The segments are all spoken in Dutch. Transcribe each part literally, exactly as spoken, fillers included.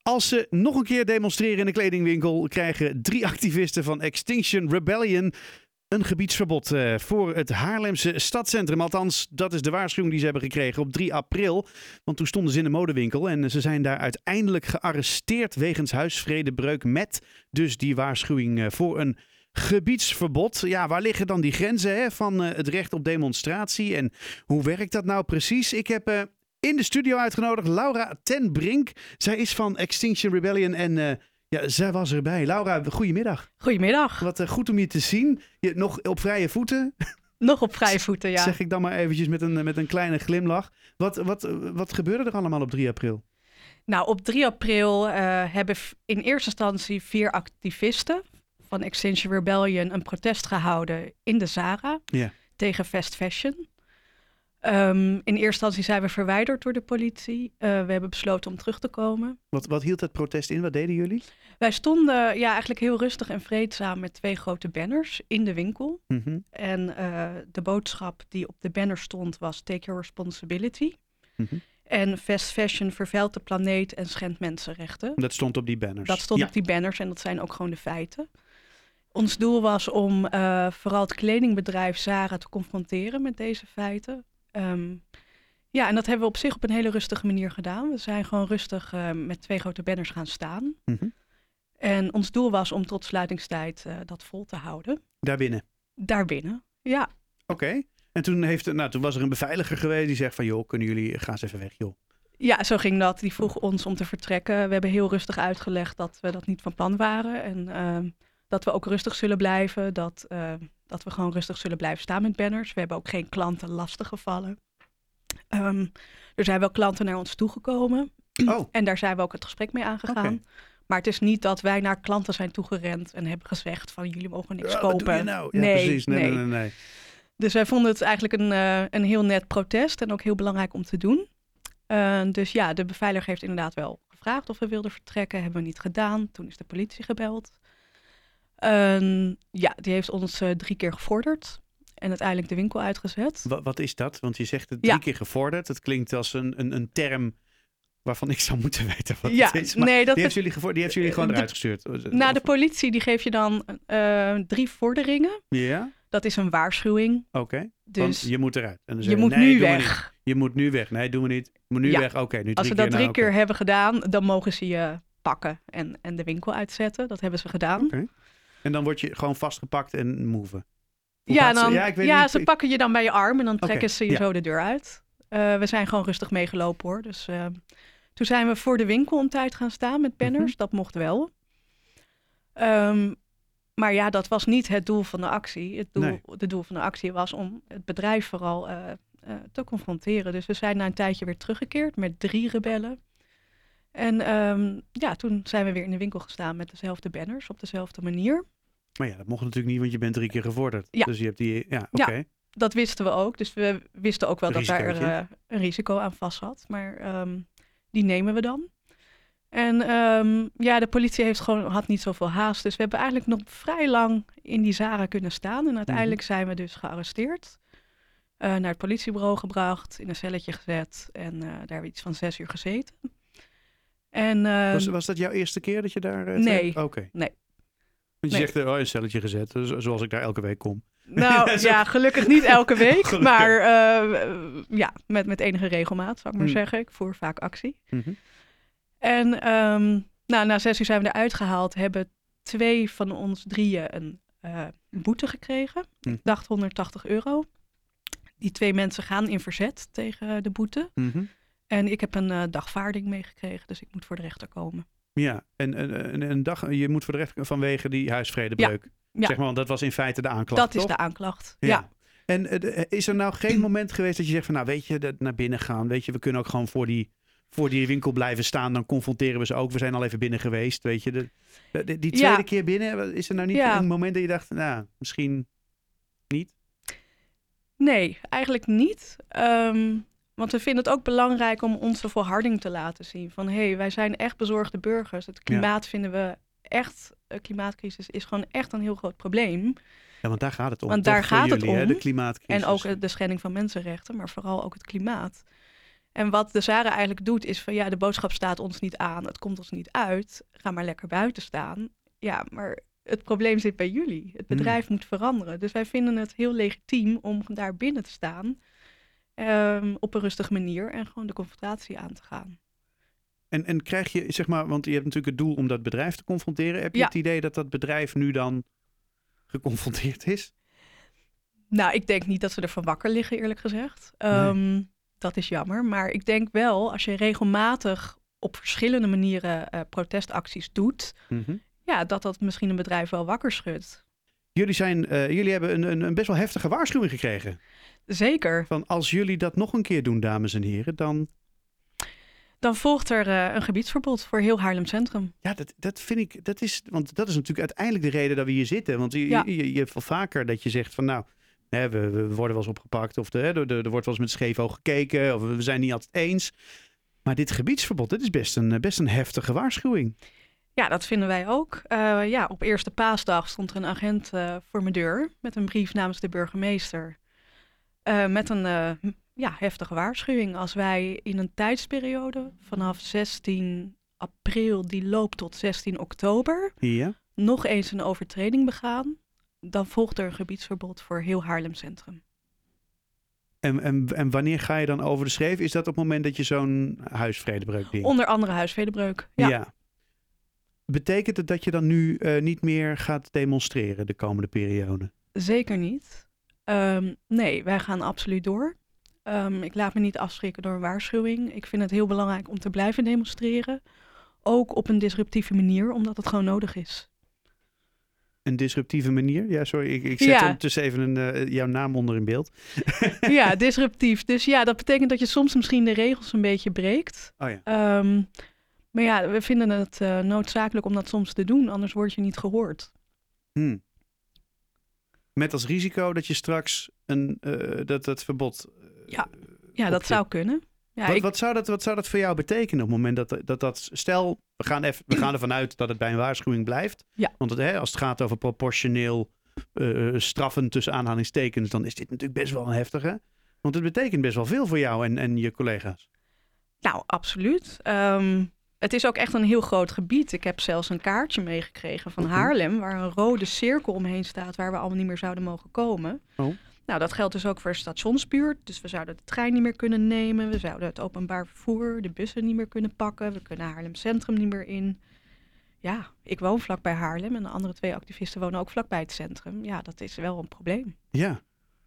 Als ze nog een keer demonstreren in een kledingwinkel, krijgen drie activisten van Extinction Rebellion een gebiedsverbod uh, voor het Haarlemse stadscentrum. Althans, dat is de waarschuwing die ze hebben gekregen op drie april. Want toen stonden ze in de modewinkel en ze zijn daar uiteindelijk gearresteerd wegens huisvredebreuk met dus die waarschuwing uh, voor een gebiedsverbod. Ja, waar liggen dan die grenzen hè, van uh, het recht op demonstratie en hoe werkt dat nou precies? Ik heb uh, in de studio uitgenodigd Laura ten Brink. Zij is van Extinction Rebellion en uh, ja, zij was erbij. Laura, goedemiddag. Goedemiddag. Wat uh, goed om je te zien. Je, nog op vrije voeten. Nog op vrije voeten, ja. Zeg ik dan maar eventjes met een, met een kleine glimlach. Wat, wat, wat gebeurde er allemaal op drie april? Nou, op drie april uh, hebben in eerste instantie vier activisten van Extinction Rebellion een protest gehouden in de Zara ja. tegen fast fashion. Um, in eerste instantie zijn we verwijderd door de politie. Uh, we hebben besloten om terug te komen. Wat, wat hield het protest in? Wat deden jullie? Wij stonden ja, eigenlijk heel rustig en vreedzaam met twee grote banners in de winkel. Mm-hmm. En uh, de boodschap die op de banner stond was Take your responsibility. Mm-hmm. En fast fashion vervuilt de planeet en schendt mensenrechten. Dat stond op die banners? Dat stond ja. op die banners en dat zijn ook gewoon de feiten. Ons doel was om uh, vooral het kledingbedrijf Zara te confronteren met deze feiten. Um, ja, en dat hebben we op zich op een hele rustige manier gedaan. We zijn gewoon rustig uh, met twee grote banners gaan staan. Mm-hmm. En ons doel was om tot sluitingstijd uh, dat vol te houden. Daarbinnen? Daarbinnen, ja. Oké. Okay. En toen, heeft, nou, toen was er een beveiliger geweest die zegt van joh, kunnen jullie, ga eens even weg joh. Ja, zo ging dat. Die vroeg ons om te vertrekken. We hebben heel rustig uitgelegd dat we dat niet van plan waren. En uh, dat we ook rustig zullen blijven. Dat, uh, dat we gewoon rustig zullen blijven staan met banners. We hebben ook geen klanten lastig gevallen. Um, er zijn wel klanten naar ons toegekomen. Oh. En daar zijn we ook het gesprek mee aangegaan. Okay. Maar het is niet dat wij naar klanten zijn toegerend en hebben gezegd van jullie mogen niks ja, kopen. Wat doe je nou? Ja, nee, precies. Nee, nee. nee, nee, nee. Dus wij vonden het eigenlijk een, uh, een heel net protest en ook heel belangrijk om te doen. Uh, dus ja, de beveiliger heeft inderdaad wel gevraagd of we wilden vertrekken. Hebben we niet gedaan. Toen is de politie gebeld. Uh, ja, die heeft ons uh, drie keer gevorderd. En uiteindelijk de winkel uitgezet. Wat, wat is dat? Want je zegt het drie ja. keer gevorderd. Het klinkt als een, een, een term waarvan ik zou moeten weten wat ja, het is. Maar nee, dat die, heeft jullie gevo- die heeft jullie gewoon de, eruit gestuurd? Nou, de politie die geeft je dan uh, drie vorderingen. Ja? Dat is een waarschuwing. Oké, okay. Dus je moet eruit. En dan je moet nee, nu weg. Je moet nu weg. Nee, doen we niet. Je moet nu ja. weg. Oké, okay, nu drie Als we keer. dat drie nou, keer okay. hebben gedaan, dan mogen ze je pakken en, en de winkel uitzetten. Dat hebben ze gedaan. Okay. En dan word je gewoon vastgepakt en move. Ja, dan, ze? Ja, ik weet ja niet. ze pakken je dan bij je arm en dan trekken okay. ze je ja. zo de deur uit. Uh, we zijn gewoon rustig meegelopen hoor. Dus uh, toen zijn we voor de winkel een tijd gaan staan met banners. Mm-hmm. Dat mocht wel. Um, maar ja, dat was niet het doel van de actie. Het doel, nee. de doel van de actie was om het bedrijf vooral uh, uh, te confronteren. Dus we zijn na een tijdje weer teruggekeerd met drie rebellen. En um, ja, toen zijn we weer in de winkel gestaan met dezelfde banners op dezelfde manier. Maar ja, dat mocht natuurlijk niet, want je bent drie keer gevorderd. Ja. Dus je hebt die, ja, oké. Okay. Ja, dat wisten we ook. Dus we wisten ook wel dat daar uh, een risico aan vast zat. Maar um, die nemen we dan. En um, ja, de politie heeft gewoon, had niet zoveel haast. Dus we hebben eigenlijk nog vrij lang in die Zara kunnen staan. En uiteindelijk mm-hmm. zijn we dus gearresteerd. Uh, naar het politiebureau gebracht, in een celletje gezet. En uh, daar hebben we iets van zes uur gezeten. En, uh, was, was dat jouw eerste keer dat je daar... Uh, nee, Oké. Okay. nee. Want je nee. zegt, oh, een celletje gezet, zoals ik daar elke week kom. Nou ja, gelukkig niet elke week, gelukkig. maar uh, ja, met, met enige regelmaat, zou ik maar mm. zeggen. Ik voer vaak actie. Mm-hmm. En um, nou, na zes uur zijn we eruit gehaald, hebben twee van ons drieën een uh, boete gekregen. Mm. Ik dacht honderdtachtig euro. Die twee mensen gaan in verzet tegen de boete. Mm-hmm. En ik heb een uh, dagvaarding meegekregen, dus ik moet voor de rechter komen. Ja, en een, een dag, je moet voor de rechter vanwege die huisvredebreuk. Ja. Zeg maar, want dat was in feite de aanklacht, Dat toch? is de aanklacht, ja. ja. En uh, is er nou geen moment geweest dat je zegt van, nou weet je, dat naar binnen gaan. Weet je, we kunnen ook gewoon voor die, voor die winkel blijven staan. Dan confronteren we ze ook. We zijn al even binnen geweest, weet je. De, de, die tweede ja. keer binnen, is er nou niet ja. een moment dat je dacht, nou, misschien niet? Nee, eigenlijk niet. Um, want we vinden het ook belangrijk om onze volharding te laten zien. Van, hé, hey, wij zijn echt bezorgde burgers. Het klimaat ja. vinden we echt, de klimaatcrisis is gewoon echt een heel groot probleem. Ja, want daar gaat het om. Want daar gaat jullie, het om. Hè, de klimaatcrisis. En ook de schending van mensenrechten, maar vooral ook het klimaat. En wat de Zara eigenlijk doet is van ja, de boodschap staat ons niet aan. Het komt ons niet uit. Ga maar lekker buiten staan. Ja, maar het probleem zit bij jullie. Het bedrijf hmm. moet veranderen. Dus wij vinden het heel legitiem om daar binnen te staan. Um, op een rustige manier en gewoon de confrontatie aan te gaan. En, en krijg je, zeg maar, want je hebt natuurlijk het doel om dat bedrijf te confronteren. Heb je ja. het idee dat dat bedrijf nu dan geconfronteerd is? Nou, ik denk niet dat ze ervan wakker liggen, eerlijk gezegd. Um, nee. Dat is jammer. Maar ik denk wel, als je regelmatig op verschillende manieren uh, protestacties doet, mm-hmm. ja, dat dat misschien een bedrijf wel wakker schudt. Jullie, zijn, uh, jullie hebben een, een, een best wel heftige waarschuwing gekregen. Zeker. Van als jullie dat nog een keer doen, dames en heren, dan... Dan volgt er uh, een gebiedsverbod voor heel Haarlem Centrum. Ja, dat, dat vind ik, dat is, want dat is natuurlijk uiteindelijk de reden dat we hier zitten. Want je, ja. je, je, je hebt wel vaker dat je zegt van nou, hè, we, we worden wel eens opgepakt of de, hè, er, er wordt wel eens met scheef oog gekeken of we zijn niet altijd eens. Maar dit gebiedsverbod, dat is best een, best een heftige waarschuwing. Ja, dat vinden wij ook. Uh, ja, op eerste paasdag stond er een agent uh, voor mijn deur met een brief namens de burgemeester. Uh, met een uh, ja, heftige waarschuwing. Als wij in een tijdsperiode vanaf zestien april, die loopt tot zestien oktober, ja. nog eens een overtreding begaan, dan volgt er een gebiedsverbod voor heel Haarlem Centrum. En, en, en wanneer ga je dan over de schreef? Is dat op het moment dat je zo'n huisvredebreuk dient? Onder andere huisvredebreuk, ja. ja. Betekent het dat je dan nu uh, niet meer gaat demonstreren de komende periode? Zeker niet. Um, nee, wij gaan absoluut door. Um, ik laat me niet afschrikken door een waarschuwing. Ik vind het heel belangrijk om te blijven demonstreren. Ook op een disruptieve manier, omdat het gewoon nodig is. Een disruptieve manier? Ja, sorry, ik, ik zet ja. ondertussen even een, uh, jouw naam onder in beeld. Ja, disruptief. Dus ja, dat betekent dat je soms misschien de regels een beetje breekt. Oh ja. Um, maar ja, we vinden het uh, noodzakelijk om dat soms te doen, anders word je niet gehoord. Hmm. Met als risico dat je straks een, uh, dat, dat verbod... Uh, ja, ja dat zou kunnen. Ja, wat, ik... wat, zou dat, wat zou dat voor jou betekenen op het moment dat dat... dat stel, we gaan, even, we gaan ervan uit dat het bij een waarschuwing blijft. Ja. Want het, hè, als het gaat over proportioneel uh, straffen tussen aanhalingstekens, dan is dit natuurlijk best wel een heftige. Want het betekent best wel veel voor jou en, en je collega's. Nou, absoluut. Um... Het is ook echt een heel groot gebied. Ik heb zelfs een kaartje meegekregen van Haarlem, waar een rode cirkel omheen staat, waar we allemaal niet meer zouden mogen komen. Oh. Nou, dat geldt dus ook voor de stationsbuurt. Dus we zouden de trein niet meer kunnen nemen. We zouden het openbaar vervoer, de bussen niet meer kunnen pakken. We kunnen Haarlem Centrum niet meer in. Ja, ik woon vlakbij Haarlem en de andere twee activisten wonen ook vlakbij het centrum. Ja, dat is wel een probleem. Ja.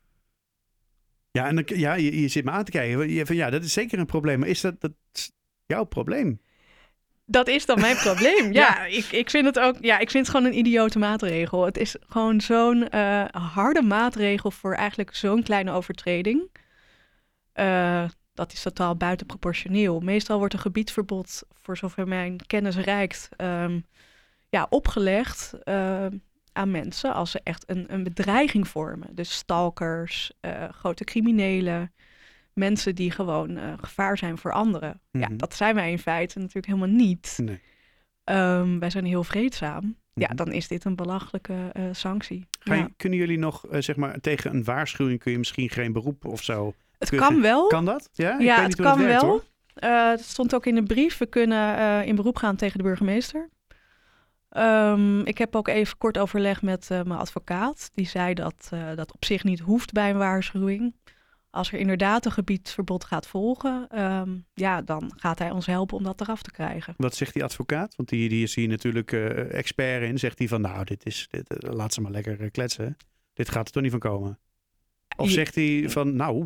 Ja, en dan, ja, je, je zit me aan te kijken. Je, van, ja, dat is zeker een probleem. Maar is dat, dat is jouw probleem? Dat is dan mijn probleem. Ja, ja, ik, ik vind het ook. Ja, ik vind het gewoon een idiote maatregel. Het is gewoon zo'n uh, harde maatregel voor eigenlijk zo'n kleine overtreding. Uh, dat is totaal buitenproportioneel. Meestal wordt een gebiedsverbod, voor zover mijn kennis reikt, um, ja, opgelegd uh, aan mensen als ze echt een, een bedreiging vormen. Dus stalkers, uh, grote criminelen. Mensen die gewoon uh, gevaar zijn voor anderen. Mm-hmm. Ja, dat zijn wij in feite natuurlijk helemaal niet. Nee. Um, wij zijn heel vreedzaam. Mm-hmm. Ja, dan is dit een belachelijke uh, sanctie. Ga je, ja. Kunnen jullie nog, uh, zeg maar, tegen een waarschuwing kun je misschien geen beroep of zo? Het kun kan je, wel. Kan dat? Ja, ja het niet kan het werkt, wel. Uh, het stond ook in de brief. We kunnen uh, in beroep gaan tegen de burgemeester. Um, ik heb ook even kort overleg met uh, mijn advocaat. Die zei dat uh, dat op zich niet hoeft bij een waarschuwing. Als er inderdaad een gebiedsverbod gaat volgen, um, ja, dan gaat hij ons helpen om dat eraf te krijgen. Wat zegt die advocaat? Want die, die is hier natuurlijk uh, expert in. Zegt hij van, nou, dit is, dit, uh, laat ze maar lekker uh, kletsen. Dit gaat er toch niet van komen? Of zegt hij van, nou...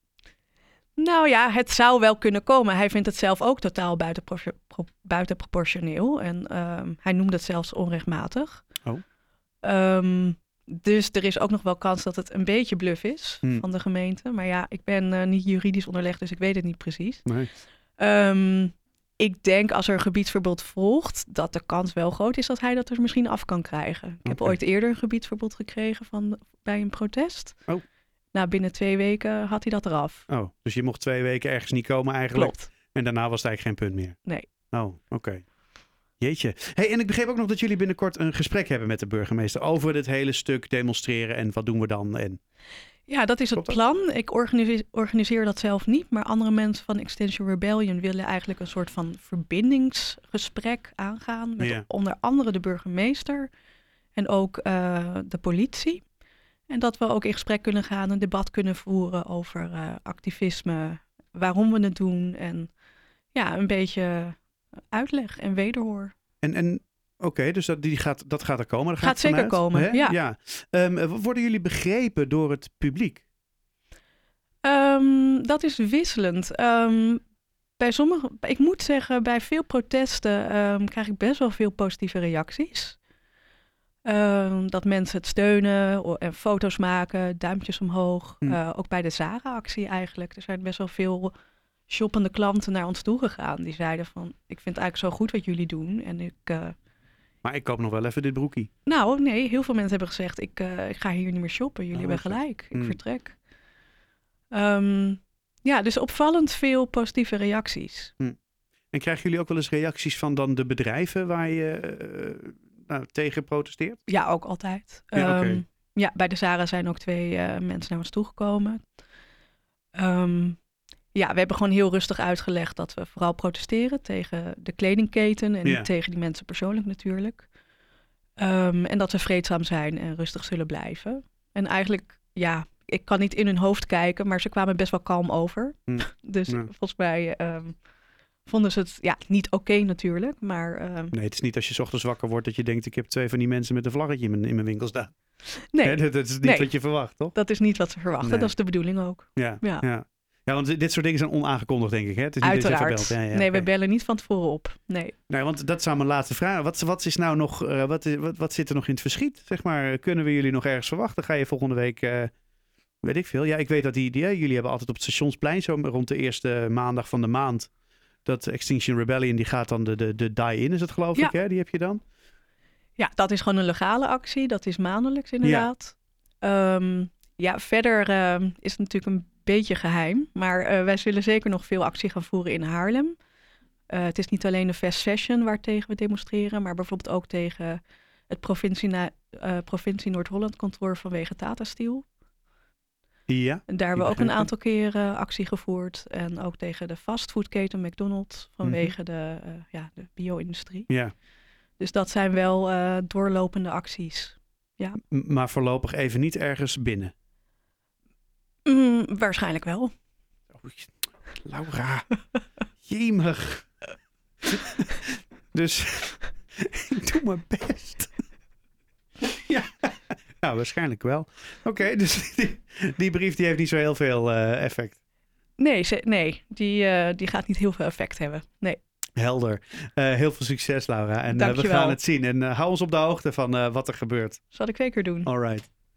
Nou ja, het zou wel kunnen komen. Hij vindt het zelf ook totaal buitenpro- pro- buitenproportioneel. En um, hij noemde het zelfs onrechtmatig. Oh. Um, Dus er is ook nog wel kans dat het een beetje bluff is hmm. van de gemeente. Maar ja, ik ben uh, niet juridisch onderlegd, dus ik weet het niet precies. Nee. Um, ik denk als er een gebiedsverbod volgt, dat de kans wel groot is dat hij dat er misschien af kan krijgen. Ik okay. heb ooit eerder een gebiedsverbod gekregen van, bij een protest. Oh. Nou, binnen twee weken had hij dat eraf. Oh, dus je mocht twee weken ergens niet komen eigenlijk. Klopt. En daarna was het eigenlijk geen punt meer? Nee. Oh, oké. Okay. Jeetje. Hey, en ik begreep ook nog dat jullie binnenkort een gesprek hebben met de burgemeester over dit hele stuk demonstreren en wat doen we dan? En... Ja, dat is het Klopt dat? plan. Ik organiseer, organiseer dat zelf niet, maar andere mensen van Extinction Rebellion willen eigenlijk een soort van verbindingsgesprek aangaan met Ja. onder andere de burgemeester en ook uh, de politie. En dat we ook in gesprek kunnen gaan, een debat kunnen voeren over uh, activisme, waarom we het doen en ja, een beetje uitleg en wederhoor. En, en oké, okay, dus dat, die gaat, dat gaat er komen. Dat gaat zeker vanuit, komen, hè? ja. ja. Um, worden jullie begrepen door het publiek? Um, dat is wisselend. Um, bij sommige, ik moet zeggen, bij veel protesten um, krijg ik best wel veel positieve reacties. Um, dat mensen het steunen en foto's maken, duimpjes omhoog. Hm. Uh, ook bij de Zara-actie eigenlijk. Er zijn best wel veel shoppende klanten naar ons toe gegaan. Die zeiden van, ik vind het eigenlijk zo goed wat jullie doen. En ik... Uh, Maar ik koop nog wel even dit broekie. Nou, nee, heel veel mensen hebben gezegd, ik, uh, ik ga hier niet meer shoppen. Jullie oh, hebben gelijk, ik hm. vertrek. Um, ja, dus opvallend veel positieve reacties. Hm. En krijgen jullie ook wel eens reacties van dan de bedrijven waar je uh, nou, tegen protesteert? Ja, ook altijd. Ja, okay. um, ja, bij de Zara zijn ook twee uh, mensen naar ons toegekomen. Um, ja, we hebben gewoon heel rustig uitgelegd dat we vooral protesteren tegen de kledingketen en ja. niet tegen die mensen persoonlijk natuurlijk. Um, en dat we vreedzaam zijn en rustig zullen blijven. En eigenlijk, ja, ik kan niet in hun hoofd kijken, maar ze kwamen best wel kalm over. Hm. Dus ja. volgens mij um, vonden ze het ja, niet oké okay natuurlijk, maar... Um, nee, het is niet als je 's ochtends wakker wordt dat je denkt, ik heb twee van die mensen met een vlaggetje in mijn, in mijn winkel staan. Nee. Hè, dat, dat is niet nee. wat je verwacht, toch? Dat is niet wat ze verwachten, nee. Dat is de bedoeling ook. Ja, ja. ja. Ja, want dit soort dingen zijn onaangekondigd, denk ik. Hè? Het is niet Uiteraard. Dat je ja, ja, nee, okay. we bellen niet van tevoren op. Nee. Nee, want dat zou mijn laatste vraag. Wat, wat is nou nog? Uh, wat, wat, wat zit er nog in het verschiet? Zeg maar, kunnen we jullie nog ergens verwachten? Ga je volgende week? Uh, weet ik veel. Ja, ik weet dat die, die, jullie hebben altijd op het Stationsplein zo rond de eerste maandag van de maand. Dat Extinction Rebellion die gaat dan de de, de die-in is het geloof ja. ik. Hè? Die heb je dan? Ja, dat is gewoon een legale actie. Dat is maandelijks inderdaad. Ja, um, ja verder uh, is het natuurlijk een beetje geheim. Maar uh, wij zullen zeker nog veel actie gaan voeren in Haarlem. Uh, het is niet alleen de Fast Fashion waar tegen we demonstreren, maar bijvoorbeeld ook tegen het provincie, na, uh, provincie Noord-Holland kantoor vanwege Tata Steel. Ja. En daar hebben we ook een aantal keren actie gevoerd. En ook tegen de fastfoodketen McDonald's vanwege mm-hmm. de, uh, ja, de bio-industrie. Ja. Dus dat zijn wel uh, doorlopende acties. Ja. M- maar voorlopig even niet ergens binnen? Mm, waarschijnlijk wel. Oh, Laura, jemig. Dus ik doe mijn best. Ja, nou, waarschijnlijk wel. Oké, okay, dus die, die brief die heeft niet zo heel veel uh, effect. Nee, ze, nee die, uh, die gaat niet heel veel effect hebben. Nee. Helder. Uh, heel veel succes, Laura. En uh, we gaan het zien. En uh, hou ons op de hoogte van uh, wat er gebeurt. Zal ik zeker doen. All right.